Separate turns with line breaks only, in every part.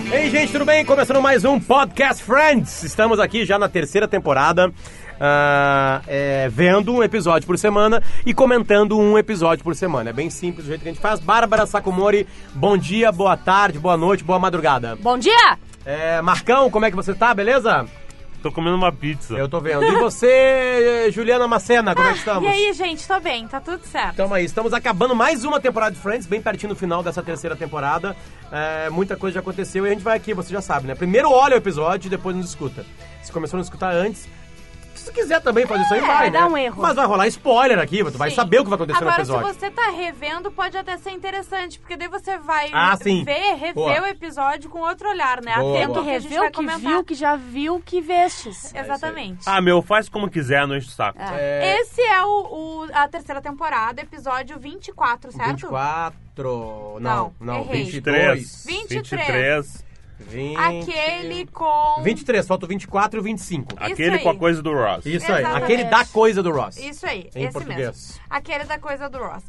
Ei, gente, tudo bem? Começando mais um Podcast Friends. Estamos aqui já na terceira temporada, vendo um episódio por semana e comentando um episódio por semana. É bem simples o jeito que a gente faz. Bárbara Sacomori, bom dia, boa tarde, boa noite, boa madrugada.
Bom dia!
Marcão, como é que você tá? Beleza?
Tô comendo uma pizza.
Eu tô vendo. E você, Juliana Macena, como é que estamos?
E aí, gente? Tô bem, tá tudo certo.
Tamo aí, estamos acabando mais uma temporada de Friends, bem pertinho do final dessa terceira temporada. Muita coisa já aconteceu e a gente vai aqui, você já sabe, né? Primeiro olha o episódio e depois nos escuta. Se começou a nos escutar antes, se quiser também fazer isso aí, vai, né?
Dar um erro.
Mas vai rolar spoiler aqui, tu vai saber o que vai acontecer no episódio.
Agora, se você tá revendo, pode até ser interessante, porque daí você vai rever
Boa.
o episódio com outro olhar, né?
Boa,
Atento
boa.
que a gente vai comentar.
que já viu, que vestes.
Exatamente.
Faz como quiser, não enche o saco.
Esse é a terceira temporada, episódio 24, certo?
24... Não,
errei.
22.
23.
20...
Aquele com...
23, falta o 24 e o 25.
Aquele
aí.
com a coisa do Ross.
Isso aí,
Exatamente.
aquele da coisa do Ross.
Isso aí,
Em
esse
português.
mesmo. Aquele da coisa do Ross.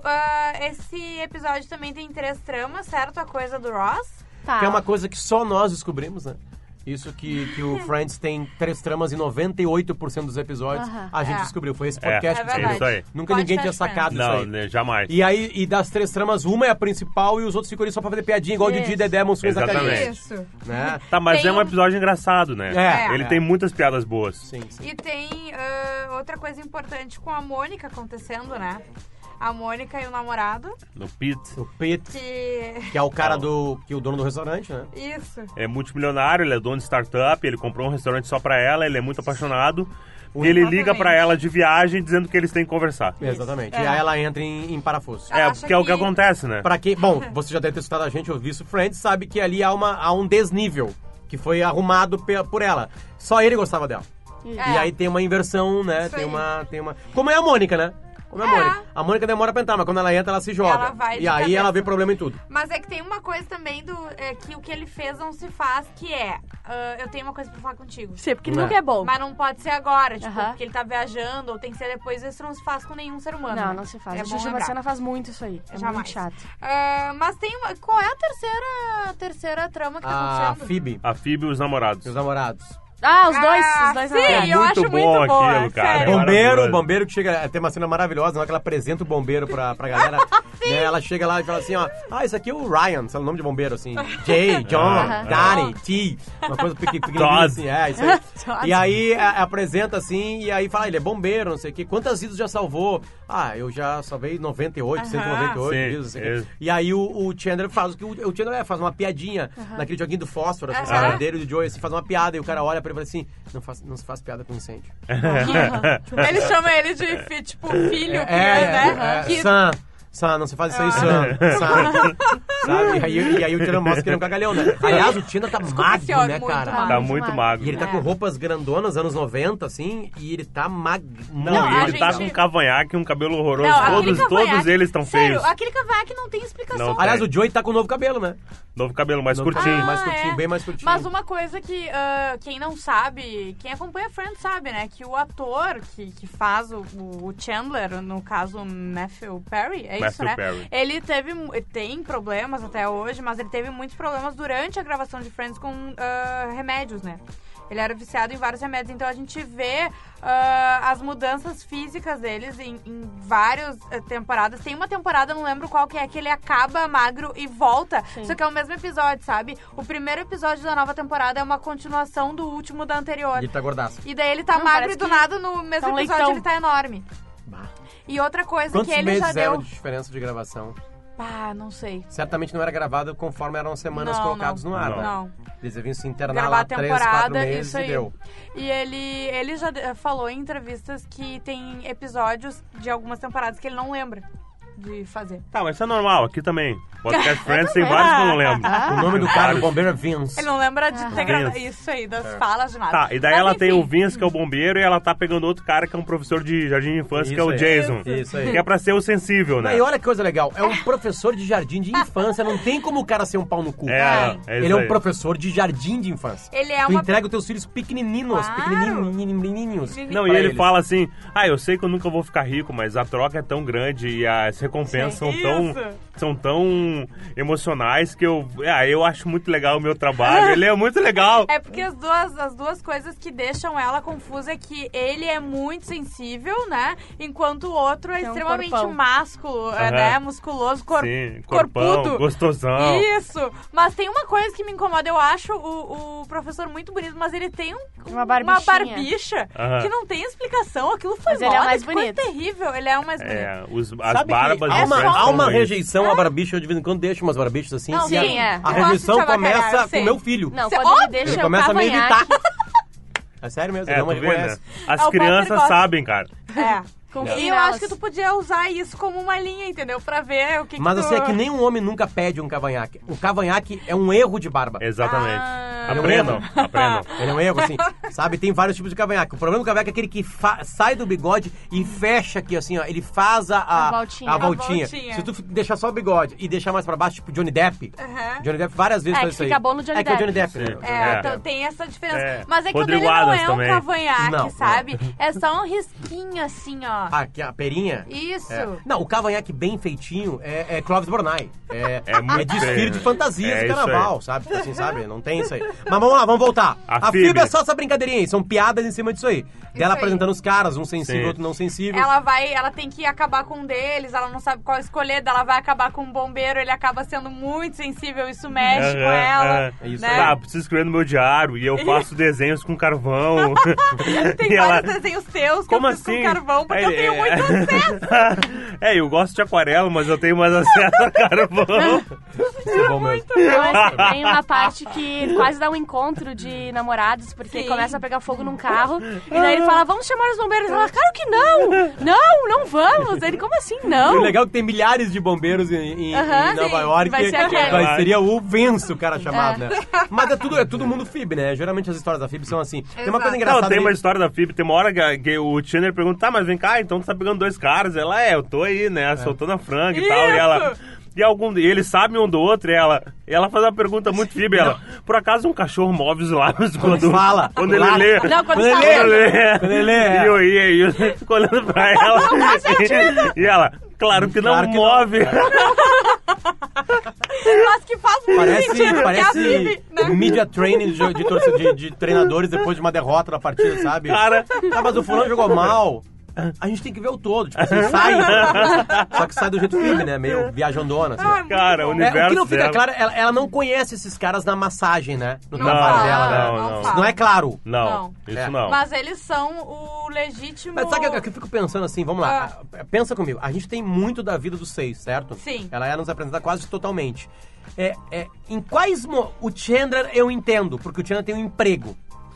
E esse episódio também tem 3 tramas, certo? A coisa do Ross.
Tá.
Que é uma coisa que só nós descobrimos, né? Isso que o Friends tem 3 tramas e 98% dos episódios a gente descobriu. Foi esse podcast que
verdade.
Isso aí.
Nunca
Podcast
ninguém tinha sacado isso
Não,
aí.
né, jamais.
E aí, e das 3 tramas, uma é a principal e os outros ficam ali só pra fazer piadinha, igual o Didi e Dedé Monções da
Exatamente.
Carinha.
Isso.
Né?
Tá, mas
Tem
é um episódio engraçado, né? Ele tem muitas piadas boas.
Sim.
E tem outra coisa importante com a Mônica acontecendo, né? A Mônica e o namorado.
No Pete.
O Pete, que é o cara que é o dono do restaurante, né?
Isso.
Ele é multimilionário, ele é dono de startup, ele comprou um restaurante só pra ela, ele é muito apaixonado. E ele liga pra ela de viagem dizendo que eles têm que conversar.
Exatamente. E aí ela entra em parafuso.
Acha
Porque é o que
que-
acontece, né?
Pra quem... Bom, você já deve ter escutado a gente ouvir isso, Friends, sabe que ali há um desnível que foi arrumado por ela. Só ele gostava dela. E aí tem uma inversão, né?
Isso
Tem
aí.
uma... Como é a Mônica, né? Como é a Mônica. A Mônica demora pra entrar, mas quando ela entra, ela se joga.
Ela vai de
e aí
cabeça.
ela vê problema em tudo.
Mas é que tem uma coisa também que o que ele fez não se faz, que é... eu tenho uma coisa pra falar contigo.
Sim, porque
Né?
nunca é bom.
Mas não pode ser agora, tipo,
Aham.
porque ele tá viajando, ou tem que ser depois, isso não se faz com nenhum ser humano.
Não,
né?
não se faz.
É
a
bom
Gigi
lembrar.
Marciana faz muito isso aí. É
Jamais.
muito chato.
Mas tem uma... Qual é a terceira trama que tá
A
acontecendo?
Phoebe
A Phoebe e os namorados.
e os namorados.
Ah, os dois
sim,
namorados.
eu
Muito
acho
bom
muito boa,
aquilo, cara.
sério.
É maravilhoso.
O bombeiro que chega... Tem uma cena maravilhosa, na hora que ela apresenta o bombeiro pra galera. Né, ela chega lá e fala assim, ó... isso aqui é o Ryan, sabe o nome de bombeiro, assim. Jay, John, Danny, T. Uma coisa pequenininha
Todd.
assim. Isso aí. E aí apresenta assim, e aí fala, ele é bombeiro, não sei o quê. Quantas vidas já salvou? Eu já salvei 98, 198
Sim,
vidas, não sei o quê.
isso.
E aí o Chandler faz o que o Chandler faz uma piadinha naquele joguinho do fósforo, assim, sabe? Dele e do Joey, assim, faz uma piada, e o cara olha pra ele e fala assim, não se faz piada com incêndio.
Ele chama ele de, tipo, filho, né? Que-
Sam, não se faz isso aí, Sam. Sabe? E aí o Chandler mostra que ele é um cagalhão, né? Aliás, o Chandler tá magro,
senhora,
né,
muito
cara?
magro.
Tá muito magro.
E ele tá com roupas grandonas, anos 90, assim, e ele tá magro.
Não,
Não,
e
a
ele tá
gente-
com um cavanhaque, um cabelo horroroso.
Não, aquele
Todos
cavanhaque-
eles estão
Sério,
feios.
aquele cavanhaque não tem explicação.
Não.
Aliás, o Joey tá com novo cabelo, né?
Novo cabelo mais
Novo
curtinho.
cabelo, mais curtinho, bem mais curtinho.
Mas uma coisa que quem não sabe, quem acompanha Friends sabe, né? Que o ator que faz o Chandler, no caso Matthew Perry, é isso,
Matthew
né?
Perry.
Ele tem problemas até hoje, mas ele teve muitos problemas durante a gravação de Friends com remédios, né? Ele era viciado em vários remédios, então a gente vê as mudanças físicas deles em várias temporadas. Tem uma temporada, não lembro qual que ele acaba magro e volta, só que é o mesmo episódio, sabe? O primeiro episódio da nova temporada é uma continuação do último da anterior.
E ele tá gordaço.
E daí ele tá
Não,
magro
parece
e do
que
nada no mesmo
tá um
episódio
leitão.
ele tá enorme.
Bah.
E outra coisa
Quantos
que ele
meses
já
eram
deu...
de diferença de gravação?
Não sei.
Certamente não era gravado conforme eram as semanas
Não,
colocados
não.
no ar, né?
Não.
Eles deviam se internar
Gravar
lá
a
3, 4
temporada,
meses
isso
e
aí.
deu.
E ele já falou em entrevistas que tem episódios de algumas temporadas que ele não lembra de fazer.
Tá, mas isso é normal, aqui também. Podcast Friends tem vários que eu não lembro.
O nome do cara do bombeiro é Vince.
Ele não lembra de ter gravado
Vince.
isso aí, das falas de nada.
Tá, e daí
Mas,
ela tem
enfim.
o Vince, que é o bombeiro, e ela tá pegando outro cara que é um professor de jardim de infância, que é o
Isso aí.
Jason.
Isso aí.
Que é pra ser o sensível, né?
E olha que coisa legal, é um professor de jardim de infância, não tem como o cara ser um pau no cu.
É
Ele
isso
é um
aí.
professor de jardim de infância.
Ele é
Tu
uma...
entrega os teus filhos pequenininhos,
Claro.
pequenininhos.
Não, e
pra
ele
eles.
fala assim, eu sei que eu nunca vou ficar rico, mas a troca é tão grande e as recompensas são tão são tão emocionais que eu acho muito legal o meu trabalho. Ele é muito legal.
É porque as duas coisas que deixam ela confusa é que ele é muito sensível, né? Enquanto o outro é
Tem um
extremamente
corpão.
másculo, né? Musculoso,
Sim, corpão,
corpudo.
gostosão.
Isso! Mas tem uma coisa que me incomoda. Eu acho o professor muito bonito, mas ele tem
Uma
uma
barbichinha.
barbicha
Aham.
que não tem explicação. Aquilo foi
Mas ele é
moda,
mais
que coisa
bonito.
terrível. Ele é o mais bonito.
É, as
Sabe que
barbas
há
do
uma,
Friends
há
são
uma
ruins.
rejeição à barbicha, eu de vez em quando deixo umas barbichas assim.
Não,
e a-
sim, é.
A
Eu gosto
rejeição
de avacalhar,
começa
eu
com
sei.
o meu filho.
Não,
Isso é
quando ele
óbvio.
deixa
Ele
o
começa a me
cavanhaque...
irritar. É sério mesmo, ele não me
Tu vê, né?
reconhece.
As
É, o
crianças
Potter gosta.
sabem, cara.
É.
Confia
E eu
nelas.
acho que tu podia usar isso como uma linha, entendeu? Pra ver o que
Mas
que tu...
assim, é que nem um homem nunca pede um cavanhaque. O cavanhaque é um erro de barba.
Exatamente.
Ah.
Aprendam.
Ele é um erro, assim, sabe? Tem vários tipos de cavanhaque. O problema do cavanhaque é aquele que sai do bigode e fecha aqui, assim, ó. Ele faz a
voltinha.
a
A
voltinha.
voltinha.
Se tu deixar só o bigode e deixar mais pra baixo, tipo Johnny Depp.
Aham.
Johnny Depp várias vezes
É,
faz
que
isso aí.
fica bom no Johnny
É que é o Johnny
Depp.
Depp, né?
É,
É.
então tem essa diferença.
É.
Mas é que quando ele
Rodrigo
não
Adams
é um
também.
cavanhaque,
Não.
sabe? É só um risquinho assim, ó.
Aqui, a perinha.
Isso.
É. Não, o cavanhaque bem feitinho é Clóvis Bornai. É
muito
desfile
feio.
de fantasias
É
de
isso
carnaval, sabe? Assim, sabe? Não tem isso aí. Mas vamos lá, vamos voltar.
A
A Phoebe
Phoebe
é só essa brincadeirinha aí, são piadas em cima disso aí. Dela
aí.
apresentando os caras, um sensível,
Sim.
outro não sensível.
Ela tem que acabar com um deles, ela não sabe qual escolher, daí ela vai acabar com um bombeiro, ele acaba sendo muito sensível, isso mexe com ela.
É isso
né?
aí.
Tá, preciso escrever no meu diário e eu faço desenhos com carvão.
Tem
E
vários desenhos teus que
Como
eu fiz
assim?
com carvão, porque eu tenho muito acesso.
Eu gosto de aquarela, mas eu tenho mais acesso a carvão.
Isso é bom mesmo.
Mas tem uma parte que quase dá um encontro de namorados, porque
Sim.
começa a pegar fogo num carro, e daí ele fala, vamos chamar os bombeiros. Ela, claro que não! Não vamos! Ele, como assim
E o
não?
legal é que tem milhares de bombeiros em
Aham,
Nova
sim.
York.
Vai ser aquele.
Seria o Vence o cara chamado, né? Mas é tudo mundo Phoebe, né? Geralmente as histórias da Phoebe são assim. Tem uma coisa
Exato.
engraçada.
Não, tem uma
ali-
história da Phoebe, tem uma hora que o Chandler pergunta, tá, mas vem cá, então tu tá pegando dois caras. Ela, eu tô aí, né, soltando a franga e tal. E ela... E eles sabem um do outro, e ela faz uma pergunta muito Phoebe, ela, por acaso um cachorro move os lábios quando
fala.
quando ele
Lá.
lê?
Não, quando
ele
tá
lê.
lendo.
Quando ele lê,
E eu fico olhando pra ela. E ela, claro que não
Claro que não.
move.
Mas que faz muito sentido, porque a
Parece
Phoebe, né?
media training de treinadores depois de uma derrota na partida, sabe?
Cara.
Ah, mas o fulano jogou mal. A gente tem que ver o todo, tipo assim, sai. Só que sai do jeito Phoebe, né? Meio viajandona, assim.
Ai, muito
Cara,
bom.
o universo
O que não fica
dela.
claro, ela não conhece esses caras na massagem, né? No
Não
trabalho
fala,
dela, né?
não.
fala.
Não é claro.
Não, isso
É.
não.
Mas eles são o legítimo...
Mas sabe o que eu fico pensando assim? Vamos lá. Pensa comigo. A gente tem muito da vida dos seis, certo?
Sim.
Ela ia nos apresentar quase totalmente. Em quais... O Chandler eu entendo, porque o Chandler tem um emprego.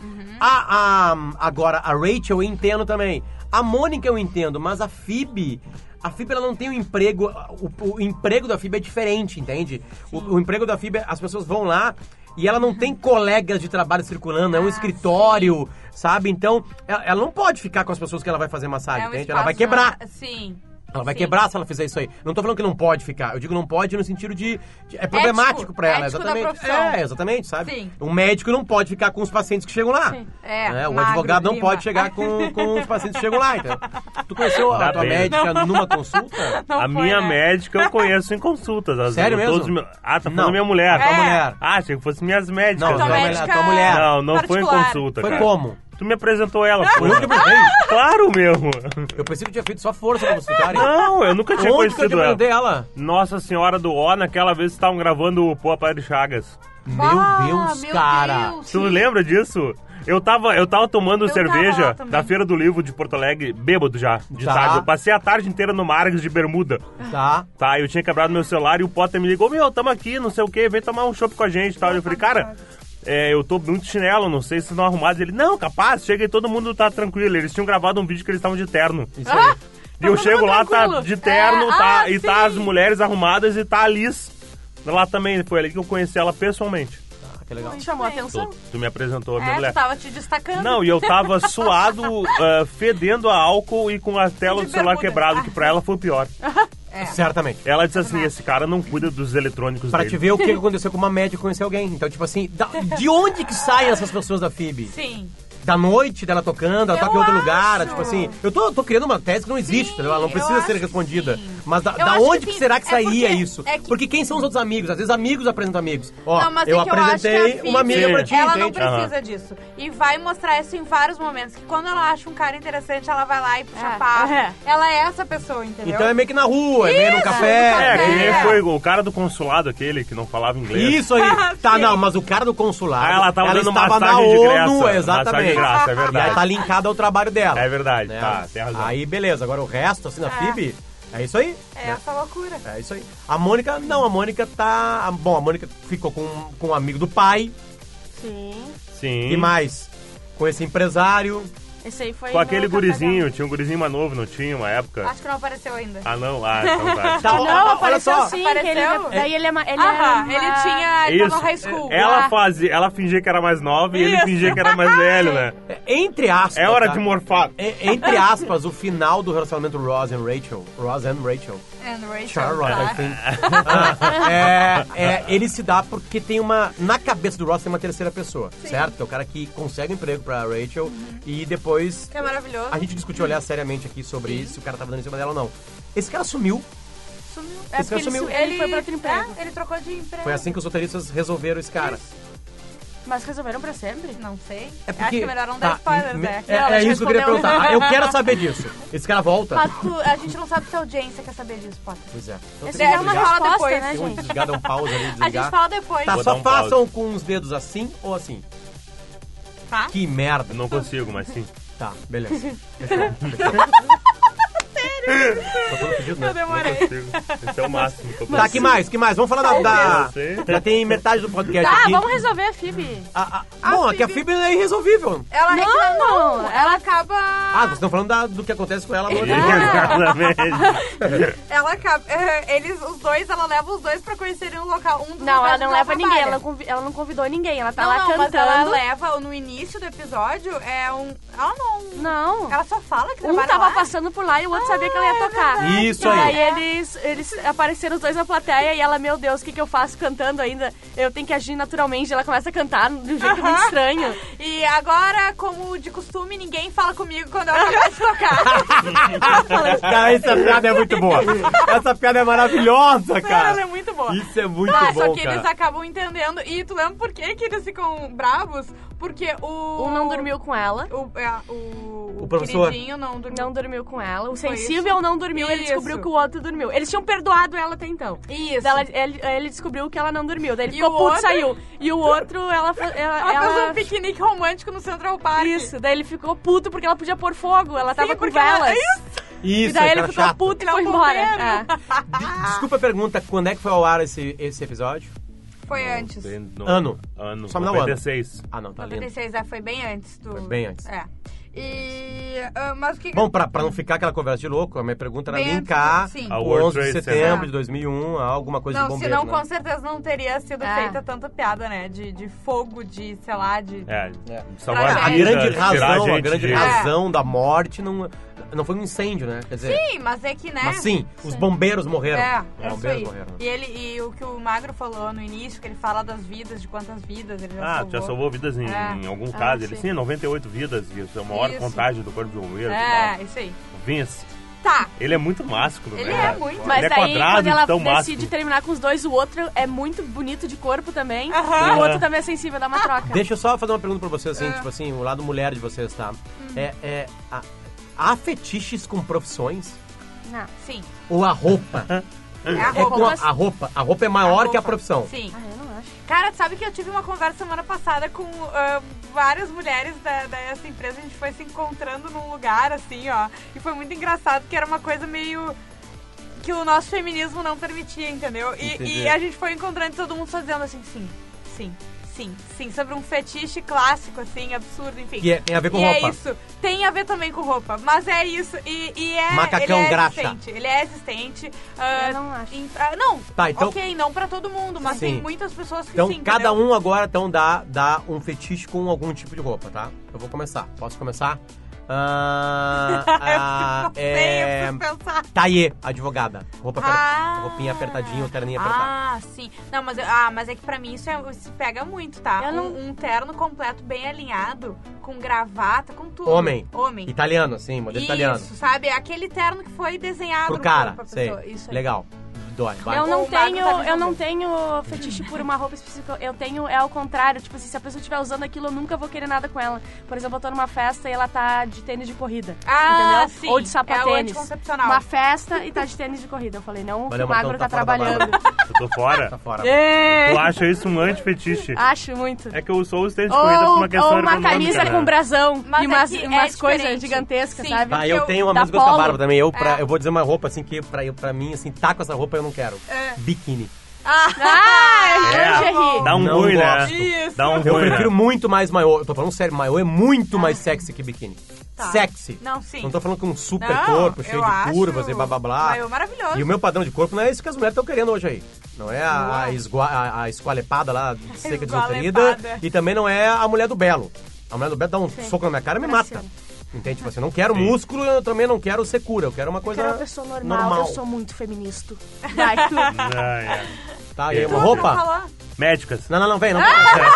Agora, a Rachel eu entendo também. A Mônica eu entendo, mas a Phoebe ela não tem um emprego... O emprego da Phoebe é diferente, entende? O emprego da Phoebe, as pessoas vão lá e ela não tem colegas de trabalho circulando, é um escritório, sabe? Então, ela não pode ficar com as pessoas que ela vai fazer massagem,
É um
entende? Ela vai
espaço-
quebrar.
Sim.
Ela vai
Sim.
quebrar se ela fizer isso aí. Não tô falando que não pode ficar. Eu digo não pode no sentido de é problemático pra ela,
ético da
exatamente.
profissão.
Exatamente, sabe?
Sim.
Um médico não pode ficar com os pacientes que chegam lá.
Sim.
O
magro,
advogado não
lima.
pode chegar com os pacientes que chegam lá, então. Tu conheceu a
Dá
tua
bem.
médica numa consulta?
Não
A
foi,
minha
né?
médica eu conheço em consultas.
Sério mesmo?
Tá falando
Não.
minha mulher.
Tua mulher.
Ah, achei que fosse minhas médicas.
Não,
Tua
tua
médica
tua mulher.
Não foi em
particular.
consulta,
Foi
cara.
como?
Tu me apresentou ela, pô.
Eu nunca apresentei.
Claro, meu.
Eu pensei que tinha feito só força pra vocês ficarem.
Não, eu nunca tinha
Onde que eu te
conhecido ela.
apresentei ela?
Nossa Senhora do Ó, naquela vez que estavam gravando o Pô Pai de Chagas.
Meu
Ah,
Deus,
meu
cara.
Deus.
Tu lembra disso? Eu tava tomando
Eu tava lá
cerveja
também.
da Feira do Livro de Porto Alegre, bêbado já, de
Tá.
tarde. Eu passei a tarde inteira no Marques de bermuda.
Tá.
Tá, eu tinha quebrado meu celular e o Potter me ligou, meu, tamo aqui, não sei o que, vem tomar um chopp com a gente e tal. Eu falei, cara, eu tô muito chinelo, não sei se estão arrumados. Ele, não, capaz, chega e todo mundo tá tranquilo. Eles tinham gravado um vídeo que eles estavam de terno.
Isso aí.
E eu
todo
chego
mundo
lá, tá
tranquilo.
de terno, e
sim.
tá as mulheres arrumadas e tá a Liz lá também. Foi ali que eu conheci ela pessoalmente.
Ah, que legal.
Chamou a atenção.
Tu me apresentou a minha
É,
mulher.
tu tava te destacando.
Não, e eu tava suado, fedendo a álcool e com a tela
De
do celular
bermuda.
quebrado, que pra ela foi o pior.
Certamente.
Ela disse assim, esse cara não cuida dos eletrônicos
Pra
dele.
te ver o que aconteceu com uma médica conhecer alguém. Então, tipo assim, de onde que saem essas pessoas da Phoebe?
Sim.
Da noite dela tocando, ela
Eu
toca em outro lugar,
acho.
tipo assim. Eu tô criando uma tese que não existe,
Sim,
entendeu? Ela não
eu
precisa ser
acho que
respondida.
sim.
Mas da
acho
onde
que
que será que
é
saía
porque-
isso?
é que-
Porque quem são os outros amigos? Às vezes amigos apresentam amigos. Ó,
Não, mas
eu
é que eu acho
apresentei
que a
uma amiga
Phoebe,
pra ti,
ela não
entende?
precisa disso. E vai mostrar isso em vários momentos. Que quando ela acha um cara interessante, ela vai lá e puxa
É.
papo.
É.
Ela é essa pessoa, entendeu?
Então é meio que na rua, é meio num
Isso,
café.
É, que nem
É.
foi o cara do consulado aquele que não falava inglês.
Isso aí. Tá,
Sim.
não, mas o cara do consulado,
Ah, ela tava dando
estava na
massagem de
ONU,
graça. Massagem
exatamente.
de graça, é
E aí
verdade.
tá linkado ao trabalho dela.
É verdade,
né?
tá, tem razão.
Aí, beleza. Agora o resto, assim, da Phoebe, é isso aí.
É essa loucura.
É isso aí. A Mônica, não, a Mônica tá... Bom, a Mônica ficou com um amigo do pai.
Sim.
Sim.
E mais? Com esse empresário.
Esse aí foi
Com aquele
no café da-
gurizinho, tinha um gurizinho mais novo, não tinha uma época?
Acho que não apareceu ainda.
Ah, não? Ah, então tá.
Tá,
Não,
olha
apareceu
só.
sim.
Apareceu?
Que ele, daí ele é ele
Aham,
é
ele tinha... Ele tava no high school.
Ela fingia que era mais nova e ele
Isso.
fingia que era mais velho, né?
Entre aspas.
É hora
tá?
de morfar.
Entre aspas, o final do relacionamento Ross and Rachel.
And Rachel,
Charlotte,
tá?
I think. Ele se dá porque tem uma... Na cabeça do Ross tem uma terceira pessoa, certo? Que é o cara que consegue um emprego pra Rachel e depois...
Que é maravilhoso.
A gente discutiu olhar seriamente aqui sobre isso, se o cara tava dando em cima dela ou não. Esse cara sumiu.
Sumiu.
Esse cara sumiu.
Ele foi pra outro emprego.
Ele trocou de emprego.
Foi assim que os roteiristas resolveram esse cara.
Mas resolveram pra sempre?
Não sei.
É porque...
Acho que é melhor não dar spoilers, né?
É,
Não, ela
isso que eu queria
respondeu.
perguntar. Eu quero saber disso. Esse cara volta?
Mas a gente não sabe se a audiência quer saber disso, Potter.
Pois é. Então
Esse
tem
é
que
uma
desligar.
fala
resposta,
depois.
né,
Tem um
gente?
desligar, dar um pause ali,
A gente
desligar.
fala depois.
Tá,
Vou
só
dar um pause.
façam com os dedos assim ou assim?
Tá?
Que merda.
Eu não consigo, mas sim.
Tá, beleza. Fechou. Tô todo fedido, né?
Eu demorei.
Não consigo. Esse é o máximo que eu
Tá, que mais? Vamos falar da...
Eu sei.
Já tem metade do podcast
Tá,
aqui.
vamos resolver a Phoebe.
Bom, é que a Phoebe é irresolvível.
Ela
Não,
ela acaba.
Vocês estão falando do que acontece com ela no outro.
Exatamente.
Ela acaba. Os dois, ela leva os dois pra conhecerem um local. Um dos
Não, ela
lugares
não
que
leva ninguém,
trabalha.
ela não convidou ninguém, ela tá
Não,
lá
não,
cantando.
mas ela leva, no início do episódio, ela não.
Não.
Ela só fala que
Um
trabalha
tava
lá.
passando por lá e o outro sabia que ela ia tocar.
Isso
E
aí.
daí eles apareceram os dois na plateia e ela, meu Deus, o que eu faço cantando ainda? Eu tenho que agir naturalmente. Ela começa a cantar de um jeito muito estranho.
E agora, como de costume, ninguém fala comigo quando eu acabar de tocar.
Cara, essa piada é muito boa. Essa piada é maravilhosa,
Ela
cara.
é muito boa.
Isso é muito
Só
bom,
que
cara.
eles acabam entendendo. E tu lembra por que eles ficam bravos? Porque o...
Um não dormiu com ela.
O
professor.
queridinho não dormiu.
Não dormiu com ela. O
Foi
sensível
isso?
não dormiu, ele
Isso.
descobriu que o outro dormiu. Eles tinham perdoado ela até então.
Isso.
Ele descobriu que ela não dormiu. Daí ele
E
ficou
o
puto,
outro?
saiu. E o outro,
Ela fez um piquenique romântico no Central Park.
Isso, daí ele ficou puto porque ela podia pôr fogo. Ela tava com
porque ela-
velas.
Isso,
E daí ele
cara
ficou
chato.
puto e
Ele é um
foi embora.
bombeiro.
É.
Desculpa a pergunta, quando é que foi ao ar esse episódio?
Foi antes.
Ano.
Ano.
Só me dá o ano.
96.
Ah, não, tá lindo.
96, foi bem antes do...
Foi bem antes.
É. Mas o que...
Bom, pra não ficar aquela conversa de louco, a minha pergunta era
Bem antes,
linkar
sim.
o
A World
11 de
Trade
setembro
Center.
de 2001 a alguma coisa
Não,
de bombeiro,
senão
né?
com certeza não teria sido
É.
feita tanta piada, né? De fogo, de, sei lá, de...
É.
É.
Salvar
A
A
vidas,
grande
tirar
razão, a
gente
grande
de-
razão da morte não foi um incêndio, né? Quer dizer,
Sim, mas é que, né?
mas sim, os bombeiros morreram.
É,
Os
é isso
bombeiros
aí.
morreram.
E o que o Magro falou no início, que ele fala das vidas, de quantas vidas ele já
Ah,
salvou.
já salvou vidas em algum caso. Ele
sim.
sim, 98 vidas. Isso é a maior
Isso.
contagem do Corpo de Bombeiros.
É, isso aí.
Vince.
Tá.
Ele é muito másculo,
Ele
né?
é muito.
Mas
Ele é
daí,
quadrado
quando
e
ela
tão
decide
másculo.
terminar com os dois, o outro é muito bonito de corpo também.
Aham.
E o outro também é sensível, dá uma troca.
Deixa eu só fazer uma pergunta pra vocês, assim, tipo assim, o lado mulher de vocês, tá? Há fetiches com profissões?
Não.
Sim.
Ou a roupa?
É a
É com
roupa.
a roupa é maior
A
que a
roupa.
profissão.
Sim.
Ah, eu não acho.
Cara, sabe que eu tive uma conversa semana passada com várias mulheres dessa empresa. A gente foi se encontrando num lugar, assim, ó. E foi muito engraçado, que era uma coisa meio... que o nosso feminismo não permitia, entendeu?
Entendi.
E a gente foi encontrando todo mundo fazendo assim, sim, sobre um fetiche clássico, assim, absurdo, enfim.
Que tem a ver com
e
roupa.
é isso. Tem a ver também com roupa, mas é isso. E é...
Macacão
ele é
graxa.
existente. Ele é existente.
Eu não acho.
Não,
Tá, então-
ok, não pra todo mundo, mas
Sim.
tem muitas pessoas que
Então,
sim,
cada
entendeu?
um agora então dá um fetiche com algum tipo de roupa, tá? Eu vou começar. Posso começar?
Sei, eu preciso pensar.
Taie, advogada. Roupinha apertadinha, terninha apertada.
Ah, sim. Não, mas é que pra mim isso pega muito, tá? Um terno completo, bem alinhado, com gravata, com tudo.
Homem.
Homem.
Italiano, sim, modelo italiano.
Isso, sabe? Aquele terno que foi desenhado
Pro cara,
pra
sei.
pessoa. Isso aí.
Legal. Dói. Vai.
Eu não
O Marco tá me julgando.
tenho fetiche por uma roupa específica. Eu tenho, ao contrário. Tipo assim, se a pessoa estiver usando aquilo, eu nunca vou querer nada com ela. Por exemplo, eu tô numa festa e ela tá de tênis de corrida.
Ah,
entendeu?
sim.
Ou de sapatênis.
É o anticoncepcional.
Uma festa e tá de tênis de corrida. Eu falei, não,
Valeu,
o magro
Marcão,
tá
tá fora da
trabalhando.
Eu tô fora.
Tá fora.
Tu acha isso um anti-fetiche?
Acho muito.
É que eu sou os tênis de corrida por uma questão
Ou uma
ergonômica,
camisa
né?
com brasão
Mas
e
é
umas,
que é
umas coisas
diferente.
gigantescas,
Sim.
sabe?
Ah, eu tenho uma
da
música com a
Polo.
Bárbara também. Eu vou dizer uma roupa assim que pra mim, assim, tá com essa roupa eu não quero. Biquíni.
Lingerie.
Dá um
Não
ruim, né?
gosto.
Isso.
Dá um
Eu
ruim,
prefiro
né?
muito mais maiô. Eu tô falando sério, maiô é muito mais sexy que biquíni.
Tá.
Sexy.
Não, sim.
Não tô falando com um super
Não,
corpo, cheio
eu
de
acho
curvas e blá blá blá.
maiô maravilhoso.
E o meu padrão de corpo não é isso que as mulheres estão querendo hoje aí. Não é a esqualepada lá, seca desnutrida.
Esqualepada.
E também não é a mulher do Belo. A mulher do Belo dá um soco na minha cara e me mata. Entende? Tipo assim, eu não quero músculo, eu também não quero secura. Eu quero uma
Eu
coisa
quero uma pessoa normal. Eu sou muito feminista. Vai, tu.
Tá, e aí,
Tu
uma
não
roupa?
falou?
Médicas.
Não vem, não
Não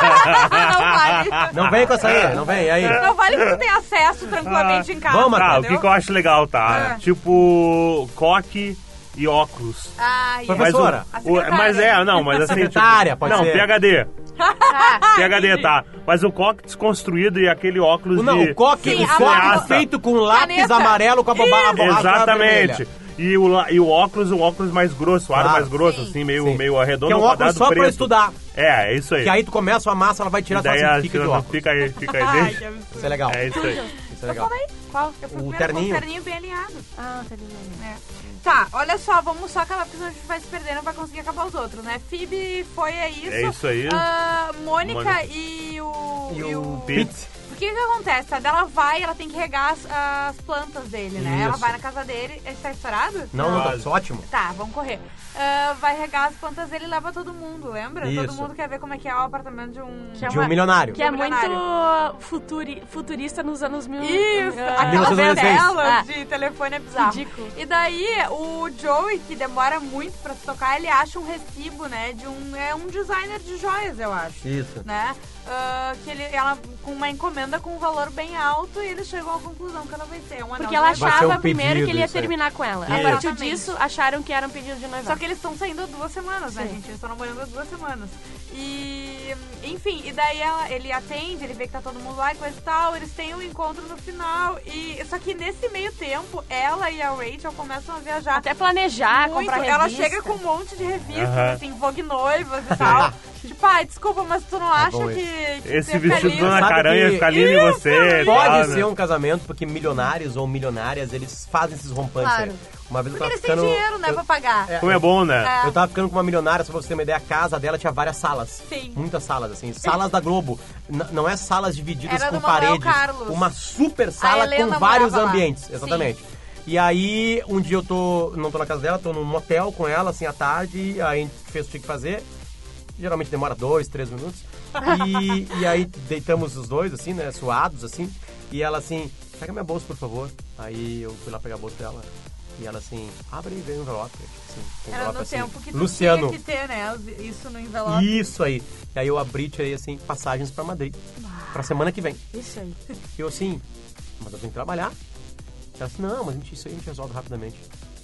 vale.
Não vem com essa aí, não vem, e aí?
Não vale que tu tenha acesso tranquilamente em casa.
Vamos, Marcão.
Tá, o
entendeu?
que eu acho legal, tá?
Ah.
Tipo, coque e óculos.
Ah, e
Professora.
a secretária.
Mas mas assim...
Secretária,
tipo,
pode
não,
ser.
PhD.
Ah,
PhD, tá. Mas o coque desconstruído e aquele óculos
Não,
de...
o coque
Sim,
o
a
coque
borracha.
feito com lápis
Caneta.
amarelo com a borracha
Exatamente.
vermelha.
E o óculos mais grosso, o aro
Claro.
mais grosso,
Sim.
assim, meio
Sim.
arredondo,
Que é um óculos
quadrado
só
preto.
pra estudar.
É isso aí.
Que aí tu começa a massa, ela vai tirar
E daí
só assim, fica de óculos.
fica aí,
Ai,
deixa.
que absurdo.
Isso é legal.
É isso aí.
Isso é legal.
Qual?
Eu fui
O
primeiro
terninho.
com o terninho bem alinhado.
Ah, tá lindo.
É. Tá, olha só, vamos só acabar, porque senão a gente vai se perder, não vai conseguir acabar os outros, né? Phoebe foi, é isso.
É isso aí.
Mônica
Mônica.
e
E
o
o
Pete.
Pete.
O que acontece? Tá? Ela vai, ela tem que regar as plantas dele, né? Ela
Isso.
vai na casa dele. Ele tá estourado?
Não, tá
Quase.
ótimo.
Tá, vamos correr. Vai regar as plantas dele e leva todo mundo, lembra?
Isso.
Todo mundo quer ver como é que é o apartamento de um...
De um milionário.
Que é
Milionário.
muito futurista nos anos 1000.
Isso, aquelas
1916.
telas de telefone é bizarro.
Ridículo.
E daí, o Joey, que demora muito pra se tocar, ele acha um recibo, né, de um designer de joias, eu acho.
Isso.
Né? Que ela com uma encomenda com um valor bem alto e eles chegam à conclusão que ela vai ser um anel
Porque
de
ela
noivado.
Vai ser
achava
um
primeiro
pedido,
que ele ia
isso aí.
terminar com ela.
Isso.
A partir
Exatamente.
disso, acharam que era um pedido de noivado.
Só que eles estão saindo há 2 semanas, né,
Sim.
gente? Eles estão namorando há 2 semanas. E, enfim, e daí ele atende, ele vê que tá todo mundo lá e coisa e tal, eles têm um encontro no final. Só que nesse meio tempo, ela e a Rachel começam a viajar.
Até planejar,
muito.
comprar revista.
Ela chega com um monte de revistas,
Aham.
assim, Vogue Noivas e tal. Tipo, desculpa, mas tu não acha
bom
que
Esse
ser
vestido
feliz-
do Dona
Sabe
Caranha
que-
fica lindo em você.
Pode
tal,
ser
né?
um casamento, porque milionários ou milionárias, eles fazem esses rompantes
Claro.
aí. Uma vez eu
Porque
tava
eles têm
ficando...
dinheiro, né,
eu-
pra pagar.
Como é bom, né?
É.
Eu tava ficando com uma milionária, só pra você ter uma ideia, a casa dela tinha várias salas.
Sim.
Muitas salas, assim. Salas da Globo. Não é salas divididas
Era
com
do Manuel
paredes.
Carlos.
Uma super sala
Helena
com vários
morava lá.
ambientes. Exatamente. E aí, um dia não tô na casa dela, tô num motel com ela, assim, à tarde. Aí a gente fez o que tinha que fazer. Geralmente demora 2, 3 minutos. E aí deitamos os dois, assim, né, suados, assim. E ela assim, pega minha bolsa, por favor. Aí eu fui lá pegar a bolsa dela. E ela assim, abre e vem um envelope. Assim, um
Era
envelope
no
assim,
tempo que tu
Luciano.
tinha que ter, né, isso no envelope.
Isso aí. E aí eu abri, tirei assim, passagens pra Madrid. Pra semana que vem.
Isso aí.
E eu assim, mas eu tenho que trabalhar. Ela assim, não, mas isso aí a gente resolve rapidamente.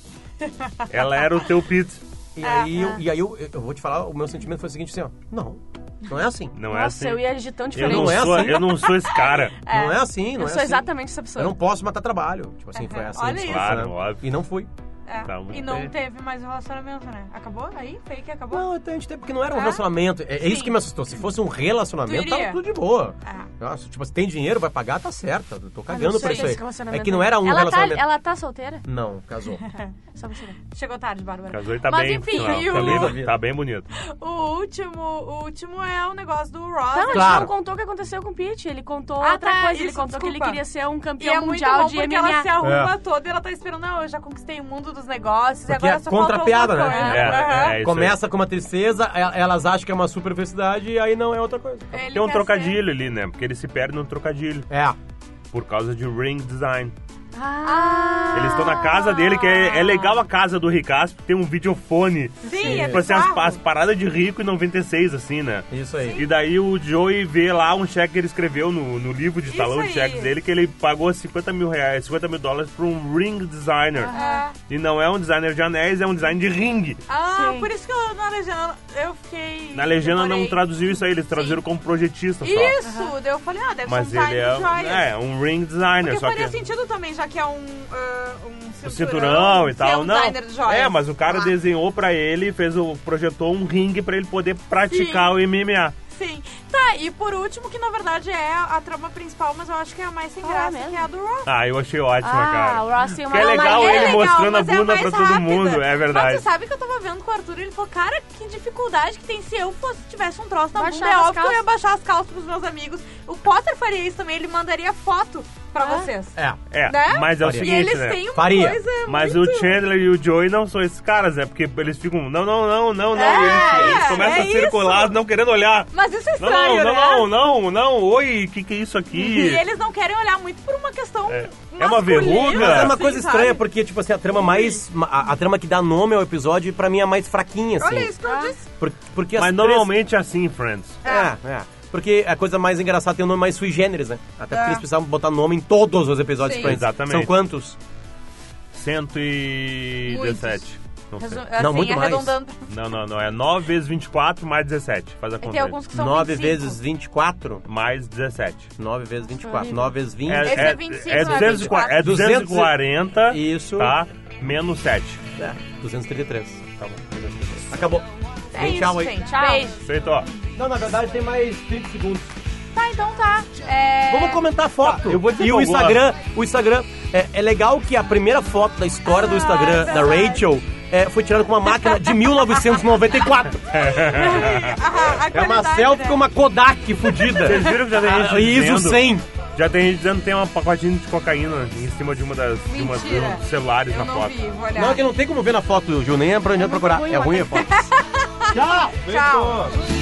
Ela era o teu Pete.
E aí eu vou te falar, o meu sentimento foi o seguinte, assim, ó. Não é assim.
Não é
Nossa,
assim.
eu ia agir tão
Eu
diferente.
não,
Não é
sou,
assim.
eu não sou esse cara.
Não é assim, não
Eu
é
sou
assim.
exatamente essa pessoa.
Eu não posso matar trabalho. Tipo assim, foi assim.
Olha
que
isso.
Claro,
né?
óbvio.
E não fui.
É.
Tá muito
E não
bem.
teve mais relacionamento, né? Acabou aí? Foi aí que acabou?
Não, até a gente teve, porque não era um
É?
relacionamento. É isso
Sim.
que me assustou. Se fosse um relacionamento,
Tu
tava
iria?
tudo de boa.
É.
Nossa, tipo, se tem dinheiro, vai pagar, tá certo. Eu tô cagando
não
pra
sei
isso aí.
esse relacionamento
É que não era um
ela
relacionamento.
Ela tá solteira?
Não, casou.
Só pra saber.
Chegou tarde, Bárbara.
Casou e tá
Mas
bem.
enfim,
não,
e
tá bem bonito.
o último é o negócio do Ross.
Não, ele
Claro.
não contou o que aconteceu com o Pete. Ele contou
Ah,
outra
tá,
coisa. Ele
isso,
contou que ele
desculpa.
queria ser um
E
campeão
é muito
mundial
bom
de
porque
MMA.
ela se arruma toda e ela tá esperando, não, eu já conquistei o mundo dos negócios
Porque
e agora
é
só
contra
falta
a piada,
alguma
né?
coisa.
É,
Aham.
é isso
Começa com uma tristeza, elas acham que é uma super felicidade e aí não é outra coisa.
Ele
Tem um
quer
trocadilho ali, né? Porque ele se perde num trocadilho.
É.
Por causa de ring design.
Ah.
Eles estão na casa dele, que é legal a casa do Ricasso, porque tem um videofone.
Sim, é
Tipo assim,
bizarro.
as paradas de rico em 96, assim, né?
Isso aí.
E daí o Joey vê lá um cheque que ele escreveu no livro de talão de
aí.
cheques dele, que ele pagou $50 mil pra um ring designer. E não é um designer de anéis, é um design de ring.
Ah,
Sim.
por isso que eu, na legenda eu fiquei...
Na legenda não
demorei.
traduziu isso aí, eles traduziram como projetista só.
Isso, daí eu falei, deve
Mas
ser um
ele
design de joias.
é um ring designer,
Porque
só
faria
que...
sentido também, já que é um
O cinturão e
ser
tal,
um
não.
designer de joias.
É, mas o cara
Ah,
desenhou pra ele, projetou um ringue pra ele poder praticar o MMA.
Sim. Tá, e por último, que na verdade é a trama principal, mas eu acho que é a mais sem graça,
mesmo?
que é a do Ross.
Ah, eu achei ótima,
Ah,
cara.
o Ross tem uma...
Que é legal
Mas
ele
legal,
mostrando a
mas é
bunda
mais
pra todo
rápida.
mundo, é verdade.
Mas você sabe que eu tava vendo com o Arthur e ele falou, cara, que dificuldade que tem se eu tivesse um troço na
Baixar
bunda. É
as
óbvio que eu ia
calças.
baixar as calças pros meus amigos. O Potter faria isso também, ele mandaria foto pra vocês.
É.
Né?
Mas é o
Faria.
E
seguinte,
eles
né?
têm uma
Faria.
coisa
Mas
muito...
o Chandler e o Joey não são esses caras, né? Porque eles ficam, não.
É,
eles começam
é
a circular,
isso.
não querendo olhar.
Mas isso é estranho, né?
Não, oi, que é isso aqui?
E eles não querem olhar muito por uma questão
É
masculina,
uma verruga?
Mas é uma
assim,
coisa
sabe?
estranha, porque, tipo assim, a trama mais... A trama que dá nome ao episódio, pra mim, é a mais fraquinha, assim.
Olha isso que eu disse.
Porque as
Mas
três-
normalmente é assim, Friends.
É. Porque a coisa mais engraçada tem um nome mais sui generis, né? Até porque eles precisavam botar nome em todos os episódios
Sim.
de Friends.
Exatamente.
São quantos?
117. Não sei.
Assim,
Não, muito mais.
arredondando.
Não. É 9 vezes 24 mais 17. Faz a
E
conta.
tem
aí.
alguns que são
9
25.
vezes 24?
Mais 17.
9 vezes 24. 9 vezes 20.
Esse é 25, não é 24.
É 240,
Isso.
tá? Menos 7.
É, 233. Tá bom. 233. Acabou.
É
Vem,
isso,
tchau aí.
gente.
Tchau.
Beijo.
Feito, ó.
Não, na verdade tem mais 30 segundos.
Tá, então tá.
Vamos comentar a foto.
eu vou dizer
E
que
o
eu
Instagram é legal que a primeira foto da história do Instagram da
verdade.
Rachel foi tirada com uma máquina de 1994. É uma selfie com uma Kodak fudida.
Vocês viram que já tem gente
ISO
dizendo...
100.
Já tem gente dizendo que tem uma pacotinho de cocaína em cima de de um
Mentira.
dos celulares
Eu
na
não
foto.
vi, vou olhar.
Não, é que não tem como ver na foto, Gil, nem é pra onde procurar. É ruim a foto. Tchau!
Tchau.